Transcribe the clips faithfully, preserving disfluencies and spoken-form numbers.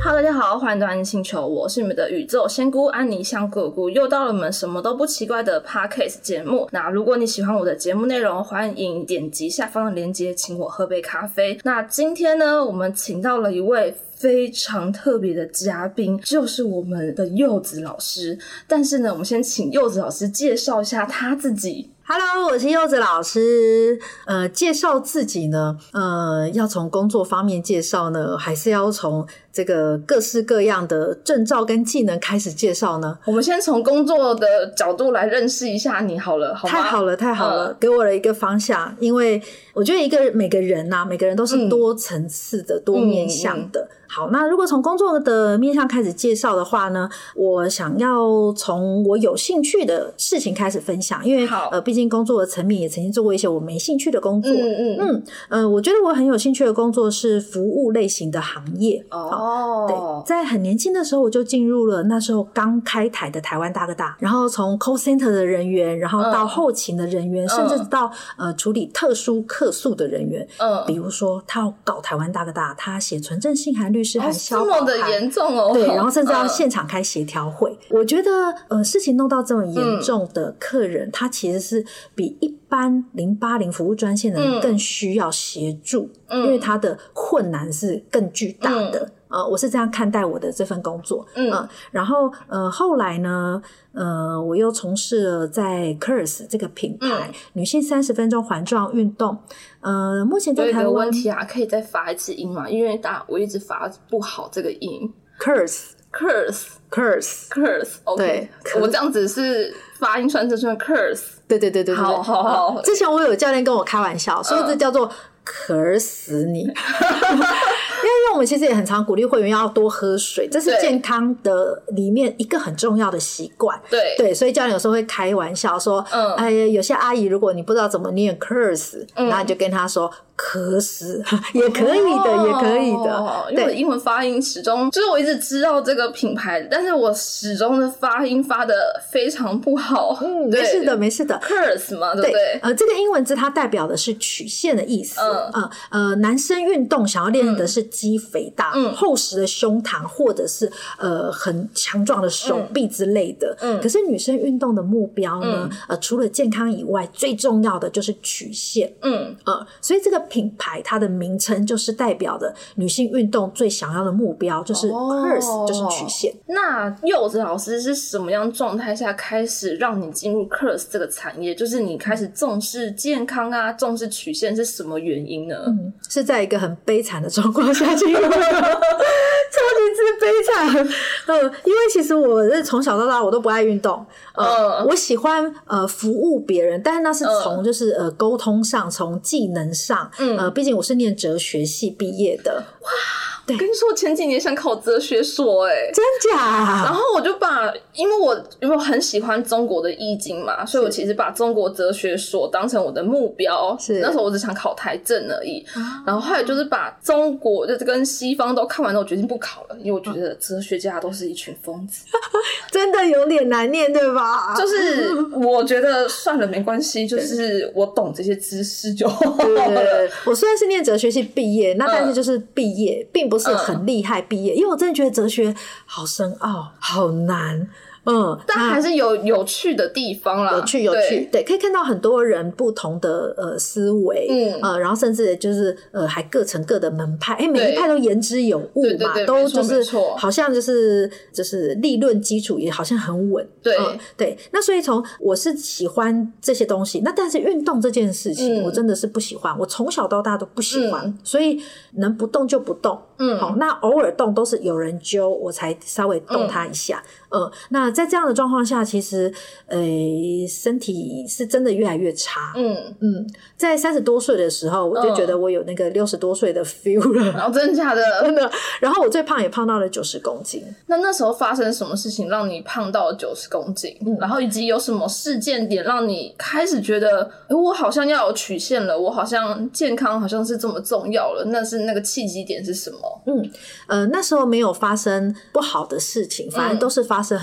Hello， 大家好，欢迎来到安妮星球，我是你们的宇宙仙姑安妮香菇菇，又到了我们什么都不奇怪的 Podcast 节目。那如果你喜欢我的节目内容，欢迎点击下方的链接，请我喝杯咖啡。那今天呢，我们请到了一位非常特别的嘉宾，就是我们的柚子老师。但是呢，我们先请柚子老师介绍一下他自己。 Hello， 我是柚子老师。呃，介绍自己呢，呃，要从工作方面介绍呢，还是要从这个各式各样的证照跟技能开始介绍呢？ 我们先从工作的角度来认识一下你好了，好吗？ 太好了，太好了，嗯、给我了一个方向。因为我觉得一个每个人啊，每个人都是多层次的、嗯、多面向的。嗯嗯好，那如果从工作的面向开始介绍的话呢，我想要从我有兴趣的事情开始分享，因为呃，毕竟工作的层面也曾经做过一些我没兴趣的工作。嗯嗯嗯，呃，我觉得我很有兴趣的工作是服务类型的行业。哦，对，在很年轻的时候我就进入了那时候刚开台的台湾大哥大，然后从 call center 的人员，然后到后勤的人员，嗯、甚至到呃处理特殊客诉的人员。嗯，比如说他要搞台湾大哥大，他写存证信函、律师函、消保函， 这么的严重哦。 对，然后甚至要现场开协调会。嗯、我觉得呃事情弄到这么严重的客人，嗯、他其实是比一般零八零服务专线的人更需要协助，嗯、因为他的困难是更巨大的。嗯呃，我是这样看待我的这份工作。嗯、呃，然后呃，后来呢，呃，我又从事了在 C U R S 这个品牌、嗯、女性三十分钟环状运动。呃，目前在台湾有一个问题啊，可以再发一次音吗？因为大我一直发不好这个音。 C U R S C U R S C U R S C U R S OK， 我这样子是发音算正确 C U R S。 对对对对对， 好好好、 呃。之前我有教练跟我开玩笑，说这叫做渴死你。因为我们其实也很常鼓励会员要多喝水，这是健康的里面一个很重要的习惯。 对对，所以教练有时候会开玩笑说，嗯，哎，有些阿姨如果你不知道怎么念 curse，嗯，然后你就跟她说渴死，也可以的，哦、也可以的。 因为我的英文发音始终就是我一直知道这个品牌，但是我始终的发音发的非常不好。 嗯，没事的，没事的 ，curse 嘛，对不对？ 对呃，这个英文字它代表的是曲线的意思。嗯呃呃，男生运动想要练的是肌肥大、嗯、厚实的胸膛，或者是呃很强壮的手臂之类的。嗯，可是女生运动的目标呢，嗯、呃，除了健康以外，最重要的就是曲线。嗯呃，所以这个品牌它的名称就是代表的女性运动最想要的目标，就是 C U R S， 就是曲线。 那柚子老师是什么样状态下开始让你进入 C U R S 这个产业？就是你开始重视健康啊，重视曲线是什么原因呢？ 嗯，是在一个很悲惨的状况下进入的，超级之悲惨。呃，因为其实我是从小到大我都不爱运动，呃，嗯、我喜欢呃服务别人，但是那是从就是呃沟通上，从技能上，嗯、呃，毕竟我是念哲学系毕业的， 哇。我跟你说，前几年想考哲学所、欸，哎， 真假？ 然后我就把，因为我因为我很喜欢中国的易经嘛，所以我其实把中国哲学所当成我的目标。是那时候我只想考台政而已，啊、然后后来就是把中国就是跟西方都看完之后，我决定不考了，因为我觉得哲学家都是一群疯子， 真的有点难念，对吧？ 就是我觉得算了，没关系，就是我懂这些知识就好了。对对对， 我虽然是念哲学系毕业，那但是就是毕业，嗯、并不是很厉害毕业，因为我真的觉得哲学好深奥，好难。嗯， 但还是有有趣的地方啦， 有趣有趣，对，可以看到很多人不同的呃思维，嗯呃，然后甚至就是呃还各成各的门派，哎，每一派都言之有物嘛，对对对，都就是好像就是就是立论基础也好像很稳， 对、 呃、对。那所以从我是喜欢这些东西，那但是运动这件事情、嗯、我真的是不喜欢，我从小到大都不喜欢，嗯、所以能不动就不动，嗯，好，那偶尔动都是有人揪我才稍微动它一下，嗯、呃，那。在这样的状况下，其实呃身体是真的越来越差。嗯嗯，在三十多岁的时候，我就觉得我有那个六十多岁的 feel 了。 然后、哦、真的假的？ 真的。然后我最胖也胖到了九十公斤。 那那时候发生什么事情让你胖到了九十公斤？嗯，然后以及有什么事件点让你开始觉得，欸、我好像要有曲线了，我好像健康好像是这么重要了？那是那个契机点是什么？ 嗯呃，那时候没有发生不好的事情，反而都是发生很多很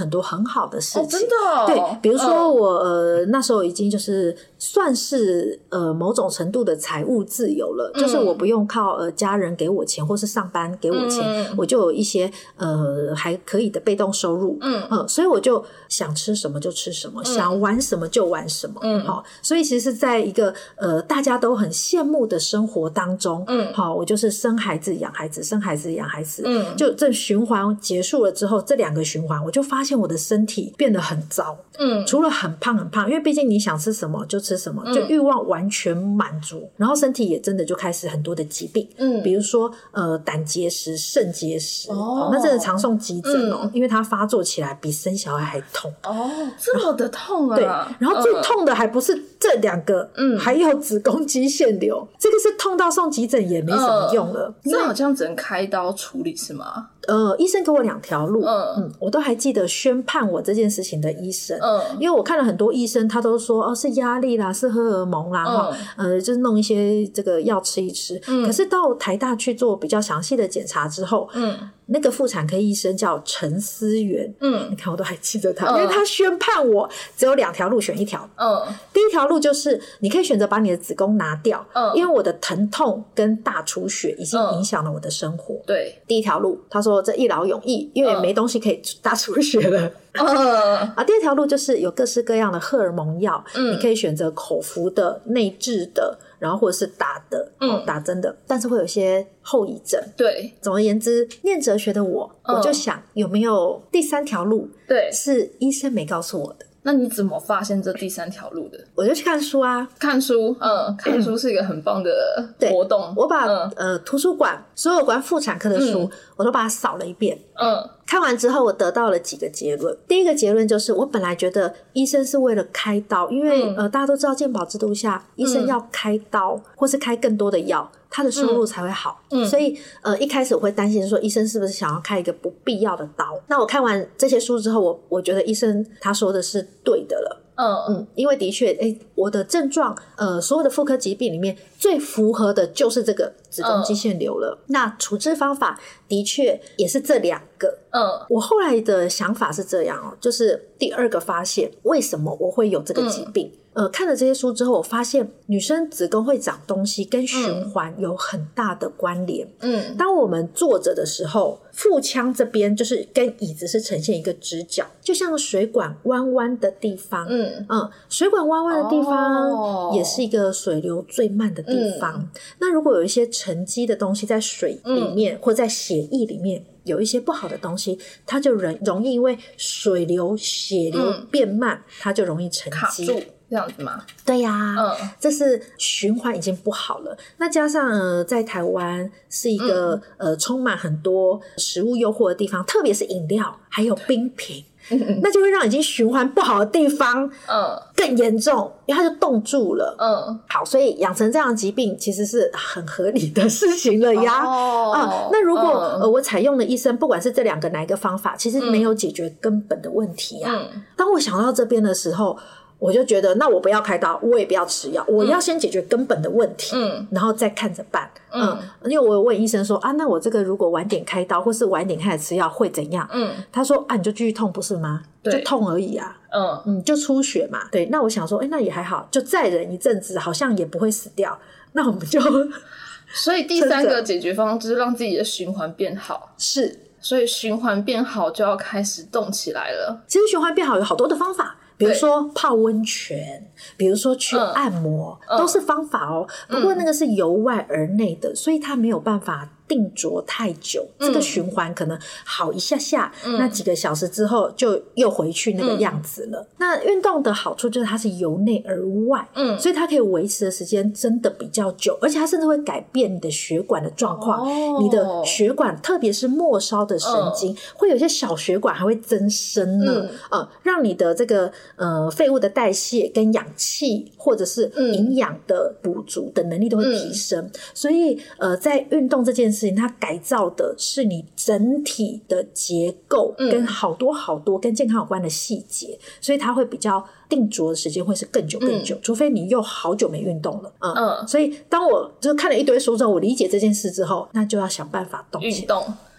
好的事情。 哦，真的哦。 对，比如说我、嗯、呃那时候已经就是算是呃某种程度的财务自由了，嗯、就是我不用靠呃家人给我钱，或是上班给我钱，嗯、我就有一些呃还可以的被动收入。嗯呃，所以我就想吃什么就吃什么，嗯、想玩什么就玩什么。嗯，好，所以其实在一个呃大家都很羡慕的生活当中，嗯，好，我就是生孩子养孩子，生孩子养孩子，嗯，就这循环结束了之后，这两个循环，我就发现我的身体变得很糟。嗯，除了很胖很胖，因为毕竟你想吃什么就吃什么，就欲望完全满足，嗯、然后身体也真的就开始很多的疾病，嗯，比如说呃胆结石、肾结石，哦，那真的常送急诊哦，嗯、因为它发作起来比生小孩还痛。 哦，这么的痛啊！ 对，然后最痛的还不是这两个，嗯，还有子宫肌腺瘤，这个是痛到送急诊也没什么用了。 嗯、这好像只能开刀处理是吗？ 呃，医生给我两条路，嗯嗯，我都还记得宣判我这件事情的医生，嗯，因为我看了很多医生，他都说哦是压力啦，是荷尔蒙啦，哈、嗯，呃，就是弄一些这个药吃一吃，嗯，可是到台大去做比较详细的检查之后，嗯，那个妇产科医生叫陈思源，嗯，你看我都还记得他，嗯、因为他宣判我只有两条路选一条，嗯，第一条路就是你可以选择把你的子宫拿掉，嗯，因为我的疼痛跟大出血已经影响了我的生活，嗯、对，第一条路他说这一劳永逸，因为没东西可以大出血了。嗯、啊，第二条路就是有各式各样的荷尔蒙药，嗯，你可以选择口服的、内置的，然后或者是打的，嗯，打针的，但是会有一些后遗症。对，总而言之，念哲学的我，嗯、我就想有没有第三条路，对，是医生没告诉我的。 那你怎么发现这第三条路的？ 我就去看书啊， 看书，嗯，看书是一个很棒的活动。 我把、嗯、呃图书馆所有关妇产科的书，嗯、我都把它扫了一遍。嗯，看完之后，我得到了几个结论。第一个结论就是，我本来觉得医生是为了开刀，因为、嗯、呃大家都知道健保制度下，医生要开刀、嗯、或是开更多的药，他的收入才会好。嗯，所以呃一开始我会担心说，医生是不是想要开一个不必要的刀？那我看完这些书之后，我我觉得医生他说的是对的了。嗯嗯，因为的确，诶，我的症状，呃，所有的妇科疾病里面最符合的就是这个子宫肌腺瘤了。嗯、那处置方法的确也是这两个。嗯，我后来的想法是这样哦，就是第二个发现，为什么我会有这个疾病？嗯呃，看了这些书之后，我发现女生子宫会长东西跟循环有很大的关联。嗯，当我们坐着的时候，腹腔这边就是跟椅子是呈现一个直角，就像水管弯弯的地方。嗯嗯，水管弯弯的地方也是一个水流最慢的地方。嗯、那如果有一些沉积的东西在水里面，嗯、或在血液里面，有一些不好的东西，它就容容易因为水流血流变慢，嗯、它就容易沉积。卡住。 这样子吗？ 对呀、啊，嗯，这是循环已经不好了。那加上、呃、在台湾是一个、嗯、呃充满很多食物诱惑的地方，特别是饮料还有冰品，嗯、那就会让已经循环不好的地方嗯更严重，因为它就冻住了。嗯，好，所以养成这样的疾病其实是很合理的事情了呀。哦，啊，那如果、嗯呃、我采用了医生不管是这两个哪一个方法，其实没有解决根本的问题啊。嗯、当我想到这边的时候，我就觉得那我不要开刀，我也不要吃药，我要先解决根本的问题，嗯，然后再看着办。嗯, 嗯，因为我有问医生说啊，那我这个如果晚点开刀或是晚点开始吃药会怎样？嗯，他说啊，你就继续痛不是吗？就痛而已啊。嗯嗯，就出血嘛。对，那我想说，哎、欸，那也还好，就再忍一阵子，好像也不会死掉。那我们就所以第三个解决方法就是让自己的循环变好。 是， 所以循环变好就要开始动起来了。 其实循环变好有好多的方法。比如说泡温泉，比如说去按摩，嗯、都是方法哦。不过那个是由外而内的，嗯、所以它没有办法定着太久，嗯、这个循环可能好一下下，嗯、那几个小时之后就又回去那个样子了。嗯、那运动的好处就是它是由内而外，嗯，所以它可以维持的时间真的比较久，而且它甚至会改变你的血管的状况。哦、你的血管，特别是末梢的神经，嗯、会有些小血管还会增生呢，嗯、呃，让你的这个呃废物的代谢跟氧气或者是营养的补足的能力都会提升。嗯、所以呃，在运动这件事情，它改造的是你整体的结构跟好多好多跟健康有关的细节，所以它会比较定着的时间会是更久更久，嗯、除非你又好久没运动了。嗯，嗯所以当我就看了一堆书之后，我理解这件事之后，那就要想办法动起来。 运动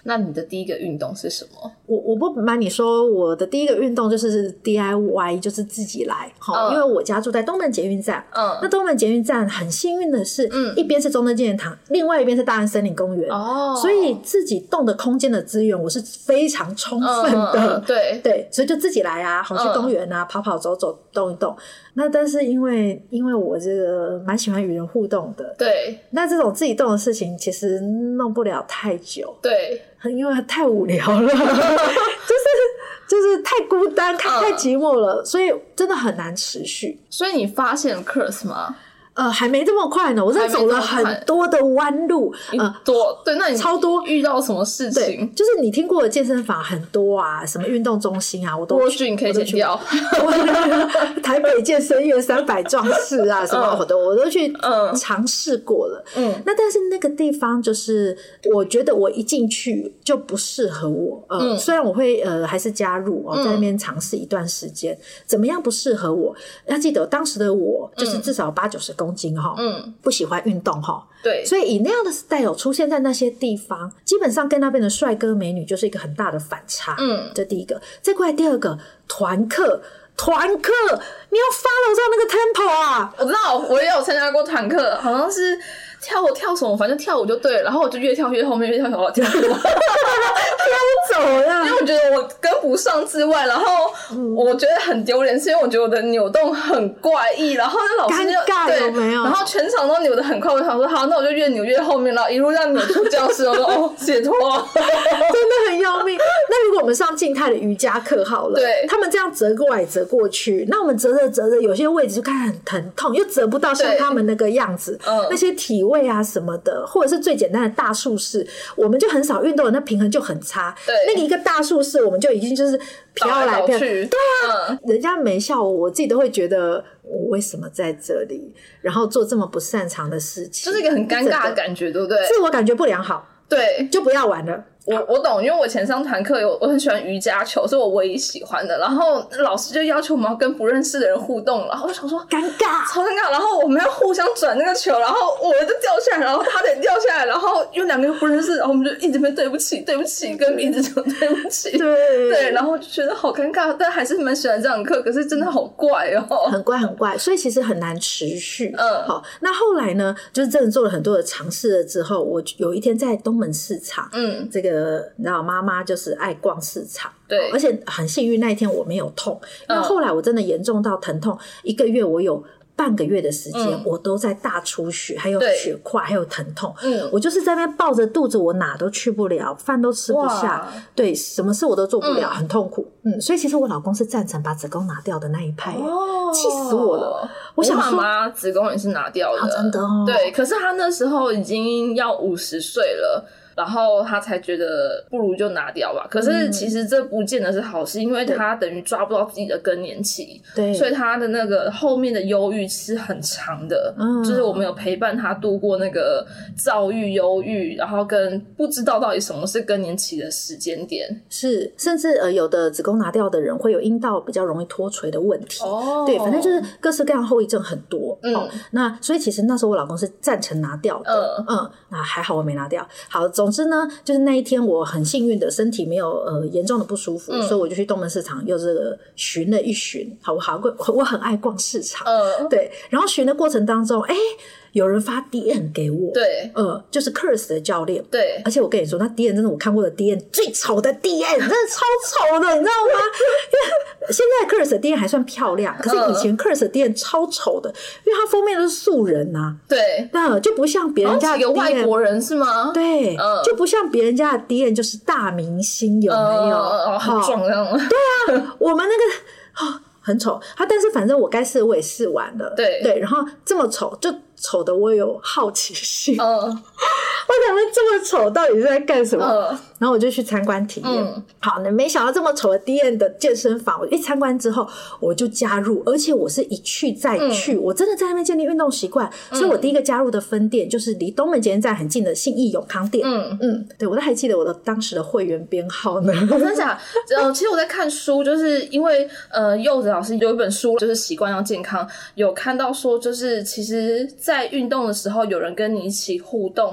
那你的第一个运动是什么？ 我我不瞒你说，我的第一个运动就是 D I Y， 就是自己来。嗯、因为我家住在东门捷运站，嗯，那东门捷运站很幸运的是，嗯，一边是中正纪念堂，另外一边是大安森林公园，哦，所以自己动的空间的资源我是非常充分的，嗯嗯、对对，所以就自己来啊，好去公园啊，嗯、跑跑走走，动一动。那但是因为因为我这个蛮喜欢与人互动的，对，那这种自己动的事情其实弄不了太久，对，因为太无聊了，就是就是太孤单、太太寂寞了，所以真的很难持续。 所以你发现了 Curse 吗？ 呃，还没这么快呢，我真的走了很多的弯路， 呃，多对，那你超多遇到什么事情？ 对，就是你听过的健身房很多啊，什么运动中心啊，我都去，你可以剪掉。 台北健身院三百壮士啊，什么我都我都去尝试过了。嗯，那但是那个地方就是我觉得我一进去就不适合我。呃，嗯、虽然我会呃还是加入哦，在那边尝试一段时间，嗯、怎么样不适合我？要记得当时的我就是至少八九十公。公斤哈，嗯，不喜欢运动哈，对，所以以那样的 style 出现在那些地方，基本上跟那边的帅哥美女就是一个很大的反差，嗯，这第一个。再过来第二个，团课，团课，你要 follow 上那个 tempo 啊！ 我知道，我也有参加过团课，好像是跳舞跳什么，反正跳舞就对了，然后我就越跳越后面，越跳越后跳跳走了， 因为我觉得我跟不上之外，然后我觉得很丢脸，是因为我觉得我的扭动很怪异，然后那老师就尴尬有没有？ 然后全场都扭得很快，我想说好，那我就越扭越后面，然后一路这样扭出教室，我说哦，解脱， 真的很要命。那如果我们上静态的瑜伽课好了，对，他们这样折过来折过去，那我们折着折着，有些位置就开始很疼痛，又折不到像他们那个样子，嗯，那些体位啊什么的，或者是最简单的大树式，我们就很少运动的，那平衡就很差，对。那个一个大树式我们就已经就是飘来飘去，对啊、嗯、人家没笑我，我自己都会觉得我为什么在这里，然后做这么不擅长的事情， 就是一个很尴尬的感觉，对不对？ 自我感觉不良好， 对， 就不要玩了。 我我懂，因为我以前上团课有我很喜欢瑜伽球，是我唯一喜欢的。然后老师就要求我们要跟不认识的人互动，然后我想说尴尬， 超尴尬。然后我们要互相转那个球，然后我就掉下来，然后他得掉下来，然后因为两个不认识，然后我们就一直边对不起，对不起，跟彼此讲对不起，对对，然后就觉得好尴尬，但还是蛮喜欢这堂课，可是真的好怪哦， 很怪很怪，所以其实很难持续。嗯，好，那后来呢，就是真的做了很多的尝试了之后，我有一天在东门市场，嗯，这个你知道吗？妈妈就是爱逛市场，对，而且很幸运那一天我没有痛，因为后来我真的严重到疼痛，一个月我有半个月的时间、嗯、我都在大出血，还有血块，还有疼痛，嗯，我就是在那边抱着肚子，我哪都去不了，饭都吃不下，对，什么事我都做不了，嗯、很痛苦，嗯，所以其实我老公是赞成把子宫拿掉的那一派，哦，气死我了。 我想说，我妈妈子宫也是拿掉的， 啊、真的哦， 对，可是她那时候已经要五十岁了。然后他才觉得不如就拿掉吧，可是其实这不见得是好事，因为他等于抓不到自己的更年期，对，所以他的那个后面的忧郁是很长的，嗯，就是我们有陪伴他度过那个躁郁、忧郁，然后跟不知道到底什么是更年期的时间点， 是，甚至呃有的子宫拿掉的人会有阴道比较容易脱垂的问题，哦，对，反正就是各式各样后遗症很多，嗯，哦、那所以其实那时候我老公是赞成拿掉的，嗯嗯，那还好我没拿掉，好。总之呢，就是那一天我很幸运的身体没有呃严重的不舒服、嗯，所以我就去东门市场又这个巡了一巡。好，我好我很爱逛市场，嗯，对。然后巡的过程当中，哎，有人发 D M 给我，对，呃，就是 Curse 的教练，对。而且我跟你说，那 D M 真的我看过的 D M 最丑的 D M， 真的超丑的，你知道吗？因为现在 Curse 的 D M 还算漂亮，可是以前 Curse 的 D M 超丑的，因为它封面都是素人呐、啊，对，那就不像别人家的 D M， 几个外国人是吗？ 对。嗯、就不像别人家的 D M 就是大明星，有没有？ 哦，很壮这样吗？ 对啊，我们那个、哦、很丑啊，但是反正我该试我也试完了，对对，然后这么丑就丑的我有好奇心，嗯，我想说这么丑到底是在干什么？嗯，然后我就去参观体验。嗯，好，那没想到这么丑的 D M 的健身房，我一参观之后我就加入，而且我是一去再去，嗯、我真的在那边建立运动习惯、嗯，所以我第一个加入的分店就是离东门捷运站很近的信义永康店。嗯嗯，对，我都还记得我的当时的会员编号呢。 哦、真的假的？呃，其实我在看书，就是因为呃，柚子老师有一本书就是习惯要健康，有看到说就是其实在运动的时候有人跟你一起互动是一件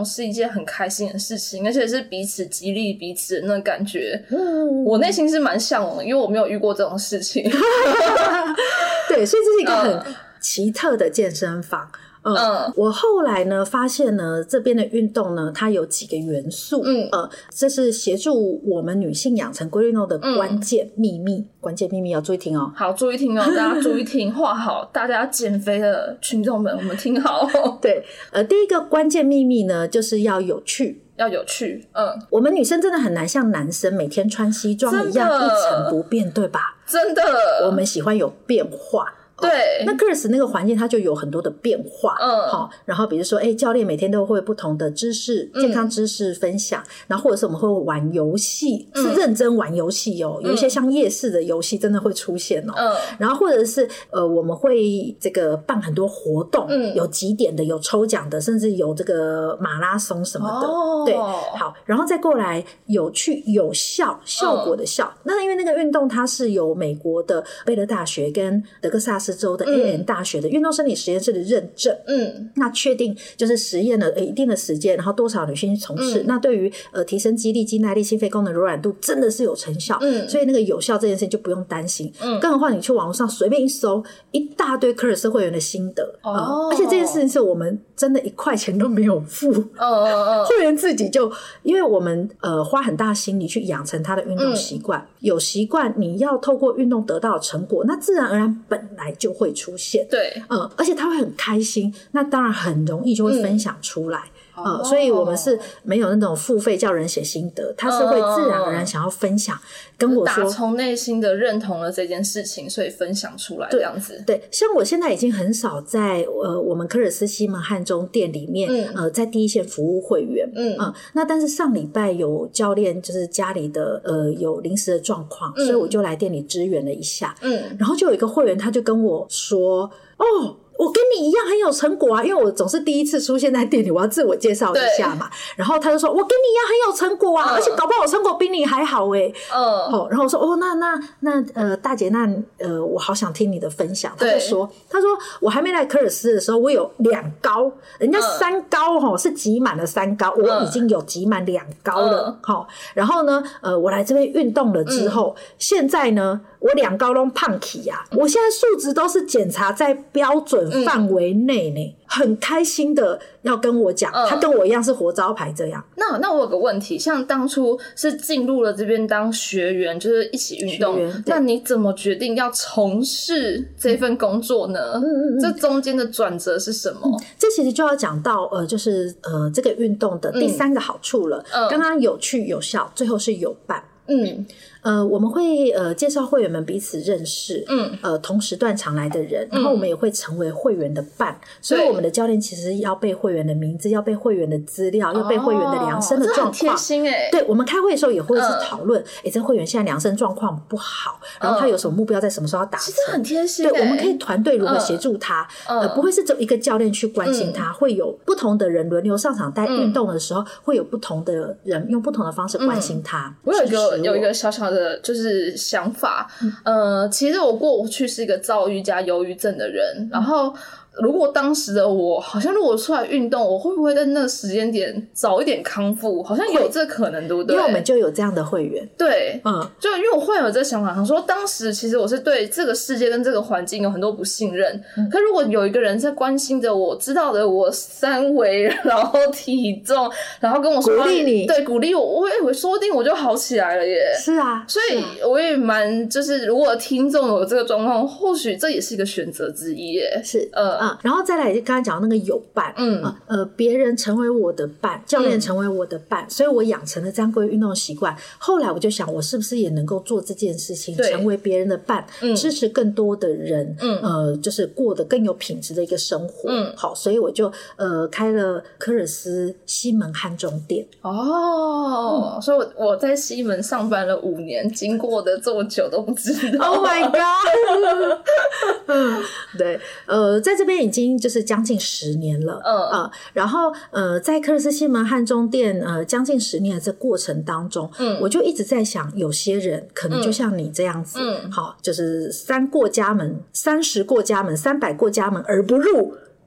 件很开心的事情，而且是彼此激励彼此的那种感觉。嗯，我内心是蛮向往的，因为我没有遇过这种事情。 对，所以这是一个很奇特的健身房。嗯, 嗯，我后来呢发现呢，这边的运动呢，它有几个元素，嗯，呃，这是协助我们女性养成规律运动的关键秘密。嗯、关键秘密要注意听哦， 好，注意听哦，大家注意听，画好，大家减肥的群众们，我们听好。 对，呃，第一个关键秘密呢，就是要有趣。 要有趣，嗯， 我们女生真的很难像男生每天穿西装一样一成不变，对吧？ 真的， 我们喜欢有变化。 对， 那 Curves 那个环境它就有很多的变化，嗯，好，然后比如说，哎，教练每天都会不同的知识、健康知识分享，嗯、然后或者是我们会玩游戏，嗯、是认真玩游戏哦，嗯、有一些像夜市的游戏真的会出现哦，嗯，然后或者是呃，我们会这个办很多活动，嗯，有集点的，有抽奖的，甚至有这个马拉松什么的，哦、对，好，然后再过来有趣、有效、效果的效，嗯、那因为那个运动它是由美国的贝勒大学跟德克萨斯州的 A M 大学的运动生理实验室的认证，嗯，那确定就是实验了一定的时间，然后多少女性去从事，嗯、那对于呃提升肌力、肌耐力、心肺功能、柔软度真的是有成效，嗯，所以那个有效这件事情就不用担心，嗯，更何况你去网络上随便一搜，一大堆科尔斯会员的心得，哦、呃，而且这件事情是我们真的一块钱都没有付，哦哦哦，会员自己就因为我们呃花很大心力去养成他的运动习惯，嗯、有习惯你要透过运动得到的成果，那自然而然本来就会出现， 对， 嗯，而且他会很开心，那当然很容易就会分享出来，嗯呃、所以我们是没有那种付费叫人写心得，他是会自然而然想要分享，嗯、跟我说打从内心的认同了这件事情，所以分享出来这样子。 对，对，像我现在已经很少在呃我们科尔斯西门汉中店里面，嗯、呃在第一线服务会员，嗯呃、那但是上礼拜有教练就是家里的呃有临时的状况，嗯、所以我就来店里支援了一下，嗯，然后就有一个会员他就跟我说，哦。我跟你一样很有成果啊，因为我总是第一次出现在店里，我要自我介绍一下嘛。然后他就说，我跟你一样很有成果啊，嗯、而且搞不好我成果比你还好哎、欸。嗯，哦，然后我说，哦，那那那呃，大姐，那呃，我好想听你的分享。他就说，他说我还没来科尔斯的时候，我有两高，人家三高哈、哦、是挤满了三高，我已经有挤满两高了。好、嗯，然后呢，呃，我来这边运动了之后，嗯、现在呢。我两高都胖起啊！我现在数值都是检查在标准范围内呢，嗯、很开心的要跟我讲，嗯、他跟我一样是活招牌这样。 那那我有个问题，像当初是进入了这边当学员，就是一起运动，那你怎么决定要从事这份工作呢？嗯嗯嗯，这中间的转折是什么？嗯、 这其实就要讲到呃，就是呃这个运动的第三个好处了。嗯，刚刚有趣有效，最后是有伴。嗯。呃，我们会呃介绍会员们彼此认识，嗯，呃，同时段常来的人，然后我们也会成为会员的伴，嗯、所以我们的教练其实要背会员的名字，要背会员的资料，哦、要背会员的量身的状况。 这很贴心哎。 对，我们开会的时候也会是讨论，哎、嗯，这会员现在量身状况不好，然后他有什么目标，在什么时候要达成？ 其实很贴心。 对，我们可以团队如何协助他，嗯、呃，不会是只有一个教练去关心他，嗯、会有不同的人轮流上场带运动的时候，嗯、会有不同的人用不同的方式关心他。 嗯、我有一个有一个小小的，就是想法，呃，其实我过去是一个躁郁加忧郁症的人，然后如果当时的我好像如果出来运动，我会不会在那个时间点早一点康复？好像有这可能，对不对？ 因为我们就有这样的会员。 对，嗯，就因为我会有这个想法，想说当时其实我是对这个世界跟这个环境有很多不信任，嗯、可如果有一个人在关心着我，知道的我三围，然后体重，然后跟我说鼓励你， 对，鼓励我，我以为说不定我就好起来了耶。 是啊， 所以我也蛮就是，如果听众有这个状况，或许这也是一个选择之一耶。 是，呃。嗯，然后再来就刚才讲到那个有伴，嗯呃，别人成为我的伴，教练成为我的伴，嗯、所以我养成了这样规律运动的习惯。后来我就想，我是不是也能够做这件事情，成为别人的伴，嗯、支持更多的人，嗯呃，就是过得更有品质的一个生活。嗯，好，所以我就呃开了科尔斯西门汉中店。 哦，嗯、所以我我在西门上班了五年，经过的这么久都不知道。 Oh my god！ 嗯，对，呃，在这边已经就是将近十年了，嗯呃，然后呃，在科尔斯西门汉中店呃将近十年的这过程当中，嗯，我就一直在想，有些人可能就像你这样子，嗯，好，就是三过家门，三十过家门，三百过家门而不入。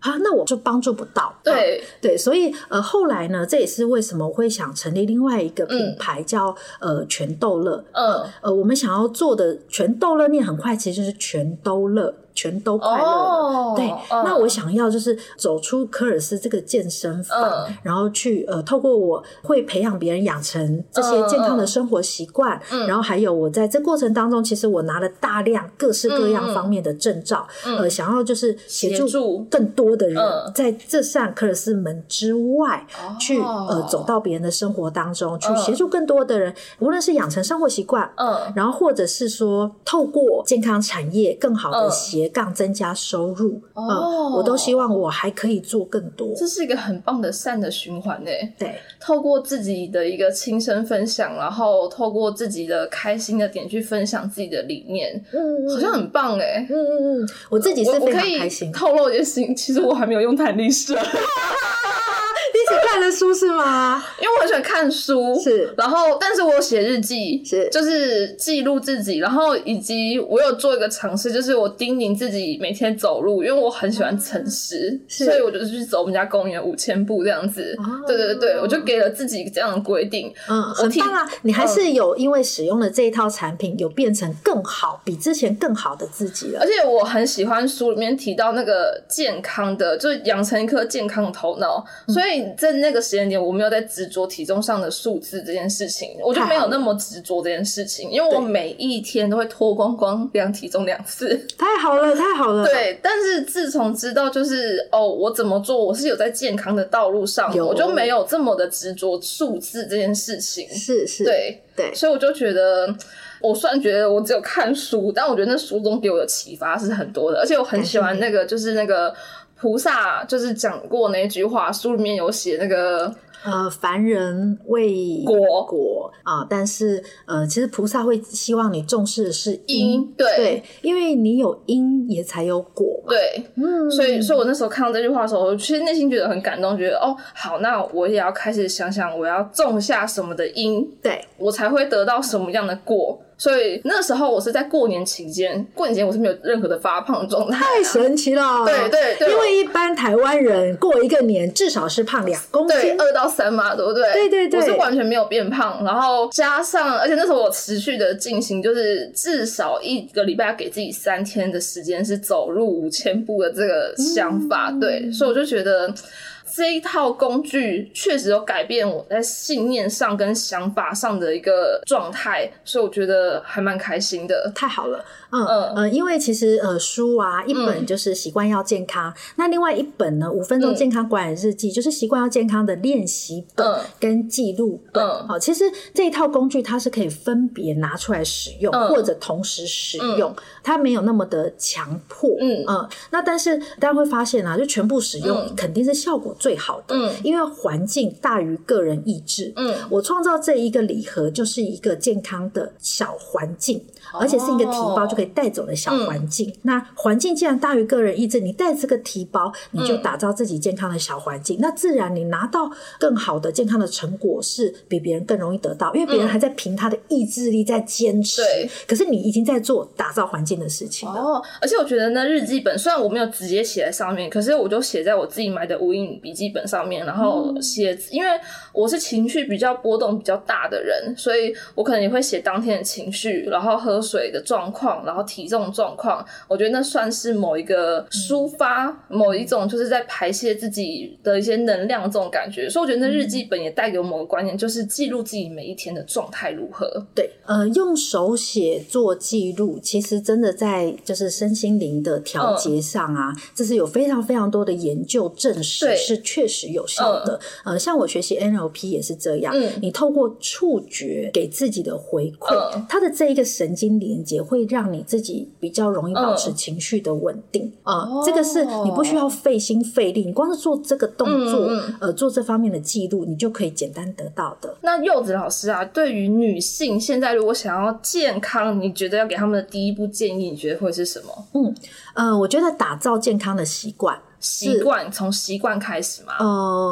啊，那我就帮助不到。 对、 啊、对，所以呃后来呢，这也是为什么我会想成立另外一个品牌叫、嗯、呃全逗乐。 嗯呃我们想要做的全逗乐念很快，其实就是全都乐，全都快乐了、哦、对、嗯、那我想要就是走出科尔斯这个健身房、嗯、然后去呃透过我会培养别人养成这些健康的生活习惯、嗯、然后还有我在这过程当中其实我拿了大量各式各样方面的证照、嗯、呃想要就是协助更多的人、嗯、在这扇科尔斯门之外、哦、去呃走到别人的生活当中、嗯、去协助更多的人，无论是养成生活习惯嗯，然后或者是说透过健康产业更好的协杠增加收入、哦嗯、我都希望我还可以做更多。 这是一个很棒的善的循环耶。 对， 透过自己的一个亲身分享，然后透过自己的开心的点去分享自己的理念，嗯，好像很棒耶。 嗯嗯嗯，我自己是非常开心。 我可以透露一件事情，其实我还没有用弹力社。 你一起看的书是吗？ 因为我很喜欢看书， 是， 然后但是我有写日记， 是， 就是记录自己，然后以及我有做一个尝试，就是我叮咛自己每天走路，因为我很喜欢诚实，所以我就去走我们家公园五千步这样子、哦、对对对，我就给了自己这样的规定。 嗯，很棒啊，你还是有因为使用了这一套产品有变成更好，比之前更好的自己了。 而且我很喜欢书里面提到那个健康的，就是养成一颗健康的头脑、嗯、所以在那个时间点我没有在执着体重上的数字这件事情，我就没有那么执着这件事情，因为我每一天都会脱光光量体重两次。 太好了太好了。 对，但是自从知道就是哦我怎么做我是有在健康的道路上，我就没有这么的执着数字这件事情。 是是， 对对， 所以我就觉得我虽然觉得我只有看书，但我觉得那书中给我的启发是很多的，而且我很喜欢那个就是那个菩萨就是讲过那句话，书里面有写那个呃，凡人为果果啊、呃，但是呃，其实菩萨会希望你重视的是因， 因对对，因为你有因也才有果嘛。 对，嗯，所以所以我那时候看到这句话的时候，我其实内心觉得很感动，觉得哦，好，那我也要开始想想，我要种下什么的因， 对， 我才会得到什么样的果。所以那时候我是在过年期间，过年期间我是没有任何的发胖状态、啊， 太神奇了。 对对对， 因为一般台湾人过一个年至少是胖两公斤， 对，二到三嘛，对不对？ 对对对， 我是完全没有变胖，然后加上，而且那时候我持续的进行，就是至少一个礼拜要给自己三天的时间是走路五千步的这个想法，嗯、对，所以我就觉得。这一套工具确实有改变我在信念上跟想法上的一个状态，所以我觉得还蛮开心的。 太好了。嗯嗯、呃，因为其实呃书啊，一本就是习惯要健康、嗯、那另外一本呢五分钟健康管理日记、嗯、就是习惯要健康的练习本跟记录本、嗯哦、其实这一套工具它是可以分别拿出来使用、嗯、或者同时使用、嗯、它没有那么的强迫。嗯嗯，那但是大家会发现啊，就全部使用、嗯、肯定是效果最好的。嗯，因为环境大于个人意志。嗯，我创造这一个礼盒就是一个健康的小环境、哦、而且是一个提包就可以带走的小环境、嗯、那环境既然大于个人意志，你带这个提包你就打造自己健康的小环境、嗯、那自然你拿到更好的健康的成果是比别人更容易得到，因为别人还在凭他的意志力在坚持、嗯、可是你已经在做打造环境的事情了。 哦，而且我觉得那日记本虽然我没有直接写在上面，可是我就写在我自己买的无印笔记本上面，然后写、嗯、因为我是情绪比较波动比较大的人，所以我可能也会写当天的情绪，然后喝水的状况，然后体重状况，我觉得那算是某一个抒发、嗯、某一种就是在排泄自己的一些能量这种感觉，所以我觉得那日记本也带给我某个观念，就是记录自己每一天的状态如何。 对，呃，用手写做记录其实真的在就是身心灵的调节上啊、嗯、这是有非常非常多的研究证实是确实有效的、嗯、呃，像我学习 N L P 也是这样、嗯、你透过触觉给自己的回馈、嗯、它的这一个神经连接会让你自己比较容易保持情绪的稳定、嗯、呃，这个是你不需要费心费力，你光是做这个动作、嗯、呃，做这方面的记录你就可以简单得到的。 那柚子老师啊，对于女性现在如果想要健康，你觉得要给他们的第一步建议你觉得会是什么？ 嗯呃，我觉得打造健康的习惯习惯从习惯开始吗？ 呃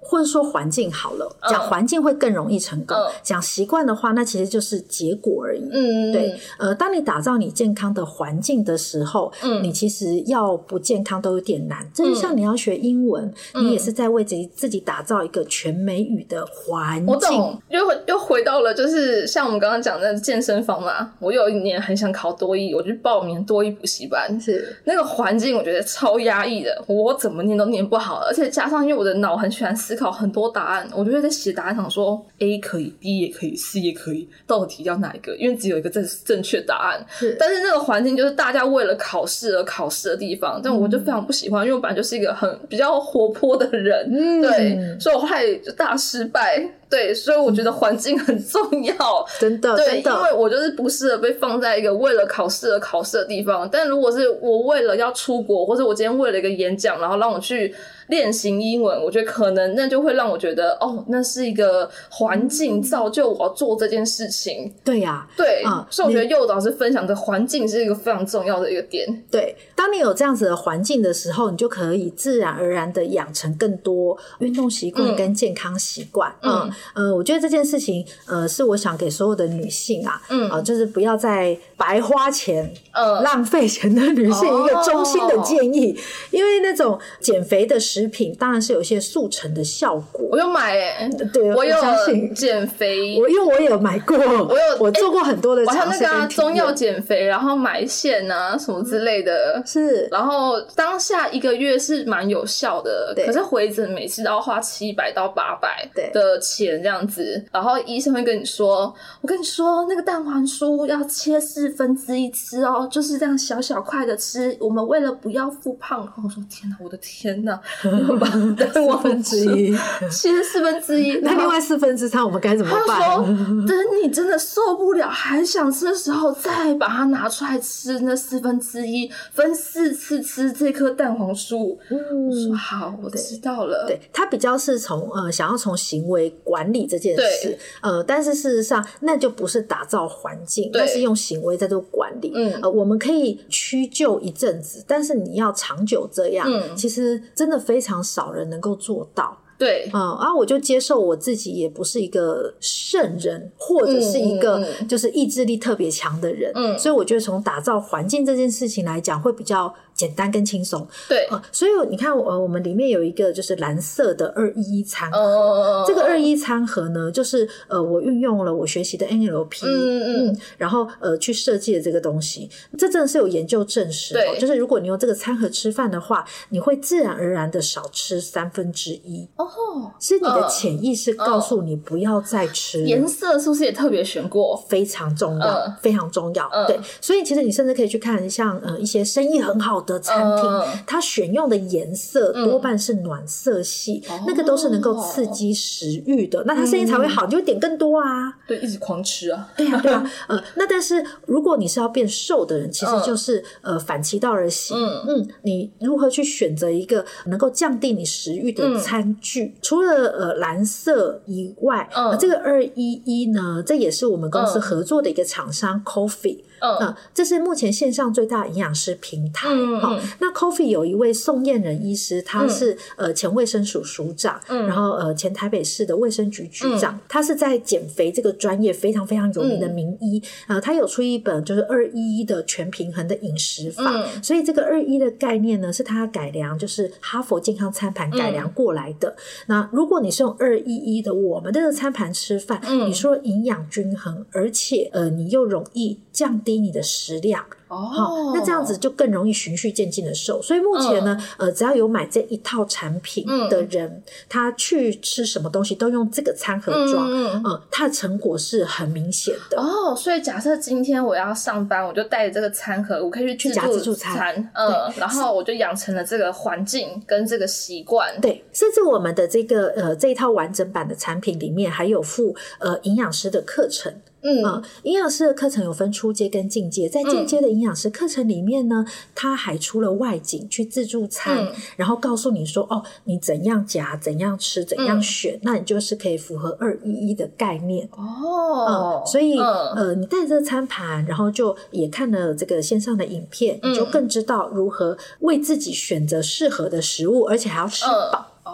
或者说环境好了，讲环境会更容易成功，讲习惯的话那其实就是结果而已。嗯，对，呃，当你打造你健康的环境的时候，嗯，你其实要不健康都有点难。这就像你要学英文，嗯，你也是在为自己自己打造一个全美语的环境。 我懂，又又回到了就是像我们刚刚讲的健身房嘛，我有一年很想考多益，我去报名多益补习班，是那个环境我觉得超压抑的，我怎么念都念不好，而且加上因为我的脑很喜欢思考很多答案，我就会在写答案上说 A 可以 B 也可以 C 也可以，到底要哪一个，因为只有一个正正确答案。是，但是那个环境就是大家为了考试而考试的地方，但我就非常不喜欢，因为我本来就是一个很比较活泼的人，嗯，对，所以我后来就大失败。对，所以我觉得环境很重要， 真的， 对， 真的， 因为我就是不适合被放在一个为了考试而考试的地方。但如果是我为了要出国，或者我今天为了一个演讲，然后让我去练习英文，我觉得可能那就会让我觉得，哦，那是一个环境造就我要做这件事情。 对呀，啊， 对， 啊， 所以我觉得诱导是分享的环境是一个非常重要的一个点。 对，当你有这样子的环境的时候，你就可以自然而然的养成更多运动习惯跟健康习惯。嗯，嗯呃，我觉得这件事情，呃，是我想给所有的女性啊，嗯，呃，就是不要再白花钱、呃，浪费钱的女性一个衷心的建议，哦，因为那种减肥的食品当然是有一些速成的效果。 我有买诶，欸， 对， 我有减肥， 我因为我也有买过，我有我做过很多的尝试，欸，我还有那个，啊， 中药减肥，然后埋线啊什么之类的， 是， 然后当下一个月是蛮有效的，可是回诊每次都要花七百到八百的钱这样子。然后医生会跟你说，我跟你说那个蛋黄酥要切四分之一吃哦，就是这样小小块的吃，我们为了不要复胖。然后我说天哪，我的天哪，你会把蛋黄酥切四分之一， 那另外四分之三我们该怎么办？ 他说等你真的受不了还想吃的时候再把它拿出来吃，那四分之一分四次吃这颗蛋黄酥。嗯，我说好，我知道了。 对，他比较是从呃想要从行为管理这件事，呃，但是事实上那就不是打造环境，那是用行为在做管理。嗯，呃，我们可以屈就一阵子，但是你要长久这样，嗯，其实真的非常少人能够做到。 对， 嗯，啊，我就接受我自己也不是一个圣人，或者是一个就是意志力特别强的人，嗯，所以我觉得从打造环境这件事情来讲，会比较简单跟轻松。 对， 呃，所以你看，呃，我们里面有一个就是蓝色的二一一餐盒，哦，这个二一餐盒呢，就是呃，我运用了我学习的 N L P，嗯嗯，然后呃去设计的这个东西，这真的是有研究证实，哦，就是如果你用这个餐盒吃饭的话，你会自然而然的少吃三分之一。哦，是你的潜意识告诉你不要再吃。 颜色是不是也特别选过？ 非常重要，呃、非常重要。呃、对，所以其实你甚至可以去看像呃一些生意很好的餐厅，呃、它选用的颜色多半是暖色系，嗯，那个都是能够刺激食欲的，哦，那它生意才会好，嗯，你就会点更多啊。 对，一直狂吃啊。 对啊，对啊。呃，那但是如果你是要变瘦的人，其实就是，呃、呃反其道而行。嗯嗯，你如何去选择一个能够降低你食欲的餐具？嗯，除了呃蓝色以外，嗯呃、这个二一一呢，这也是我们公司合作的一个厂商 Coffee。嗯、呃，这是目前线上最大的营养师平台。嗯哦、那 Coffee 有一位宋燕人医师，他是、嗯、呃前卫生署署长，嗯、然后呃前台北市的卫生局局长，嗯、他是在减肥这个专业非常非常有名的名医。嗯、呃，他有出一本就是二一一的全平衡的饮食法，嗯、所以这个二一的概念呢，是他改良，就是哈佛健康餐盘改良过来的。嗯、那如果你是用二一一的我们这个餐盘吃饭，嗯、你说营养均衡，而且呃你又容易降低你的食量。哦，那这样子就更容易循序渐进的瘦。所以目前呢，嗯、呃，只要有买这一套产品的人，嗯、他去吃什么东西都用这个餐盒装，嗯嗯、呃，他的成果是很明显的。 哦，所以假设今天我要上班，我就带着这个餐盒，我可以去去夹自助餐， 嗯，然后我就养成了这个环境跟这个习惯。 对，甚至我们的这个呃这一套完整版的产品里面还有附呃营养师的课程。嗯，呃，营养师的课程有分初阶跟进阶，在进阶的营养师课程里面呢，他还出了外景去自助餐，嗯、然后告诉你说，哦，你怎样夹，怎样吃，怎样选，嗯、那你就是可以符合二一一的概念。哦，呃、所以、嗯、呃，你带着这个餐盘，然后就也看了这个线上的影片，嗯、你就更知道如何为自己选择适合的食物，而且还要吃饱。 嗯哦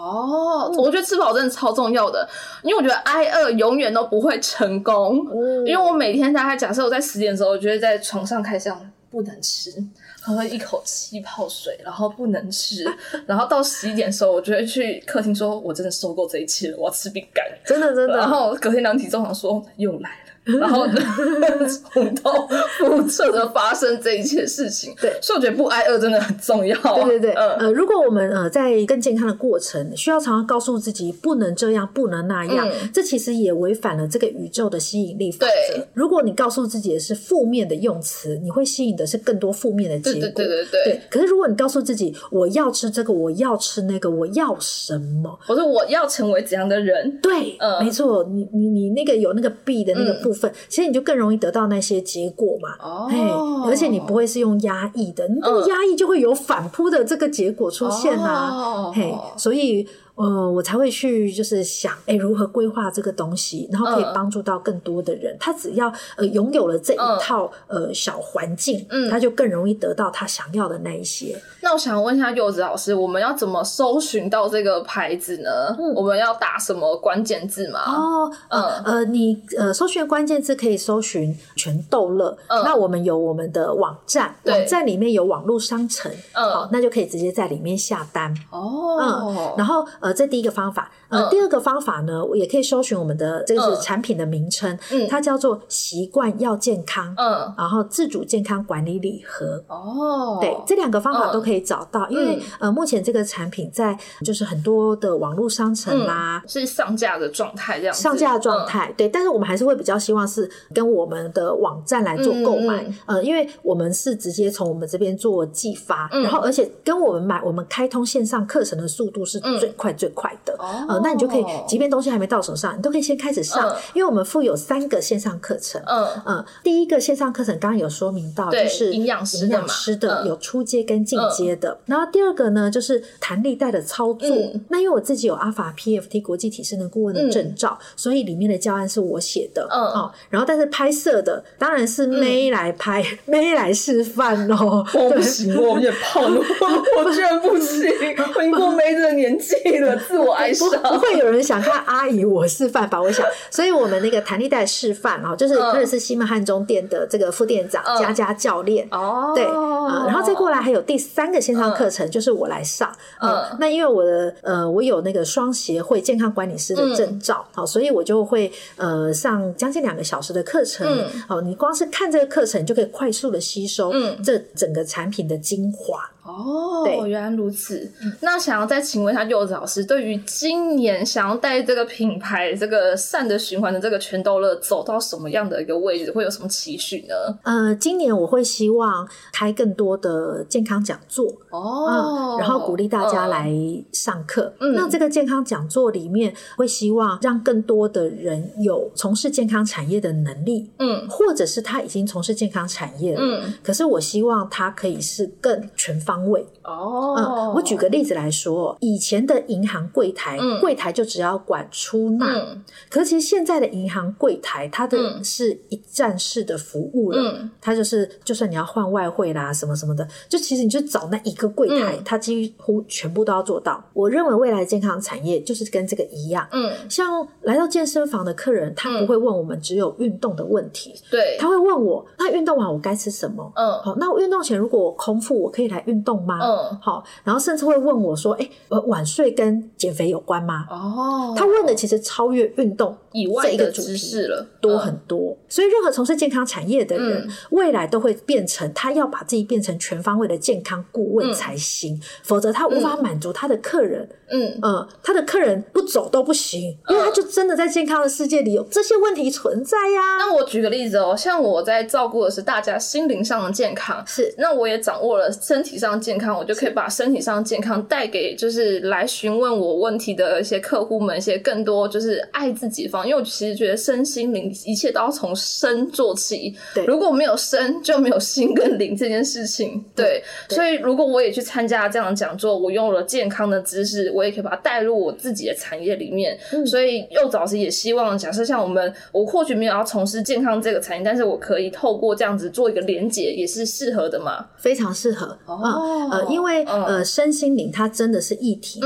哦，我觉得吃饱真的超重要的，因为我觉得挨饿永远都不会成功。嗯、因为我每天大概假设我在十点的时候，我就会在床上开始这样不能吃，喝一口气泡水，然后不能吃，然后到十一点的时候，我就会去客厅说：“我真的受够这一切了，我要吃饼干。” 真的真的。 然后隔天量体重，想说又来了。然后重蹈覆辙的发生这一切事情， 对， 所以我觉得不挨饿真的很重要。 对对对， 嗯、 呃，如果我们呃在更健康的过程，需要常常告诉自己不能这样，不能那样，嗯、这其实也违反了这个宇宙的吸引力法则。如果你告诉自己的是负面的用词，你会吸引的是更多负面的结果。 对对对对 对, 对。可是如果你告诉自己我要吃这个，我要吃那个，我要什么， 或者我要成为怎样的人， 对，嗯、没错，你你你那个有那个 B 的那个部分，嗯、其实你就更容易得到那些结果嘛。哦，而且你不会是用压抑的，你这个压抑就会有反扑的这个结果出现啊。哦、嘿，所以呃，我才会去就是想，哎，如何规划这个东西，然后可以帮助到更多的人。嗯、他只要呃拥有了这一套、嗯、呃小环境，嗯，他就更容易得到他想要的那一些。 那我想问一下柚子老师，我们要怎么搜寻到这个牌子呢？嗯、我们要打什么关键字吗？ 哦，嗯呃，你呃搜寻的关键字可以搜寻全豆乐。嗯，那我们有我们的网站，网站里面有网络商城，嗯，好，那就可以直接在里面下单。哦，嗯，然后呃。呃，这第一个方法，呃，嗯、第二个方法呢，我也可以搜寻我们的这个是产品的名称，嗯，它叫做习惯要健康，嗯，然后自主健康管理礼盒，哦，对，这两个方法都可以找到，嗯、因为呃，目前这个产品在就是很多的网络商城啦， 嗯、是上架的状态这样子， 上架的状态，嗯、对，但是我们还是会比较希望是跟我们的网站来做购买，嗯嗯嗯呃，因为我们是直接从我们这边做寄发，嗯、然后而且跟我们买，我们开通线上课程的速度是最快。最快的、哦呃、那你就可以即便东西还没到手上，你都可以先开始上、嗯、因为我们附有三个线上课程。嗯嗯，第一个线上课程刚刚有说明到，就是营养师的嘛，营养师的、嗯、有初阶跟进阶的、嗯、然后第二个呢就是弹力带的操作、嗯、那因为我自己有 Alpha P F T 国际体适能顾问的证照、嗯、所以里面的教案是我写的。嗯、哦、然后但是拍摄的当然是妹来拍、嗯、妹来示范哦。 我不行，我有点胖了我居然不行，我已经过妹子的年纪了，自我哀伤。 不, 不会有人想看阿姨我示范吧？我想，所以我们那个弹力带示范哦，就是认识西门汉中店的这个副店长、嗯、佳佳教练哦，对、呃，然后再过来还有第三个线上课程，嗯、就是我来上。嗯，嗯那因为我的呃，我有那个双协会健康管理师的证照，好、嗯，所以我就会呃上将近两个小时的课程。嗯，哦，你光是看这个课程就可以快速的吸收这整个产品的精华。 哦，对，原来如此。嗯、那想要再请问一下柚子老师，对于今年想要带这个品牌、这个善的循环的这个全豆乐走到什么样的一个位置，会有什么期许呢？ 呃，今年我会希望开更多的健康讲座哦、嗯，然后鼓励大家来上课。嗯，那这个健康讲座里面，会希望让更多的人有从事健康产业的能力，嗯，或者是他已经从事健康产业了，嗯，可是我希望他可以是更全方位。哦、嗯，我举个例子来说，以前的银行柜台，嗯、柜台就只要管出纳，嗯、可是其实现在的银行柜台，它的是一站式的服务了，嗯、它就是就算你要换外汇啦，什么什么的，就其实你就找那一个柜台，嗯、它几乎全部都要做到。我认为未来的健康产业就是跟这个一样，嗯，像来到健身房的客人，他不会问我们只有运动的问题，对，他会问我，那运动完我该吃什么？嗯，好，那我运动前如果我空腹，我可以来运动吗？嗯，好，然后甚至会问我说，哎，晚睡跟减肥有关吗？哦，他问的其实超越运动以外的知识了， 多很多。嗯、所以任何从事健康产业的人，嗯、未来都会变成他要把自己变成全方位的健康顾问才行，嗯、否则他无法满足他的客人。嗯呃，他的客人不走都不行，因为他就真的在健康的世界里有这些问题存在呀。 那我举个例子哦，像我在照顾的是大家心灵上的健康，是那我也掌握了身体上的健康，我就可以把身体上的健康带给就是来询问我问题的一些客户们一些更多就是爱自己的方，因为我其实觉得身心灵一切都要从身做起，对，如果没有身就没有心跟灵这件事情，对，对所以如果我也去参加这样的讲座，我用了健康的知识，我也可以把它带入我自己的产业里面，嗯、所以柚子老师也希望假设像我们我或许没有要从事健康这个产业，但是我可以透过这样子做一个连结，也是适合的嘛， 非常适合哦、嗯呃、因为、嗯、呃身心灵它真的是一体的、嗯、他们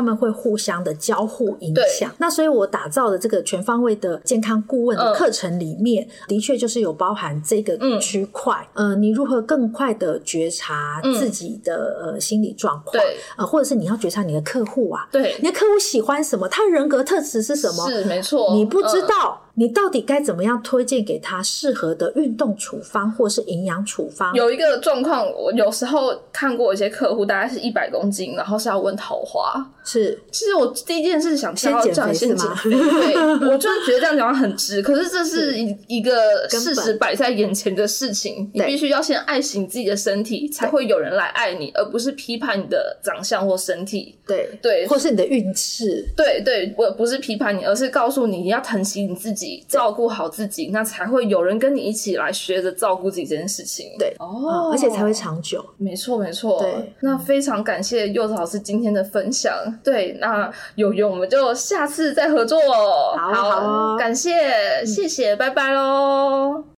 们会互相的交互影响。那所以我打造的这个全方位的健康顾问的课程里面、嗯、的确就是有包含这个区块、嗯、呃，你如何更快的觉察自己的、嗯、呃心理状况，对，呃，或者是你要觉察你的客户啊， 对， 你的客户喜欢什么，他人格特质是什么， 是没错， 你不知道、嗯你到底该怎么样推荐给他适合的运动处方或是营养处方？ 有一个状况，我有时候看过一些客户，大概是一百公斤，然后是要问桃花。 是， 其实我第一件事想先减肥是吗？对，我就是觉得这样讲很直，可是这是一一个事实摆在眼前的事情，你必须要先爱惜你自己的身体，才会有人来爱你，而不是批判你的长相或身体。 对对， 或是你的运势。 对对，我不是批判你，而是告诉你你要疼惜你自己。照顾好自己，那才会有人跟你一起来学着照顾自己这件事情。 对哦、嗯，而且才会长久。 没错没错。 对， 那非常感谢柚子老师今天的分享。对，那有缘我们就下次再合作。 好好、哦， 感谢、嗯、谢谢，拜拜咯。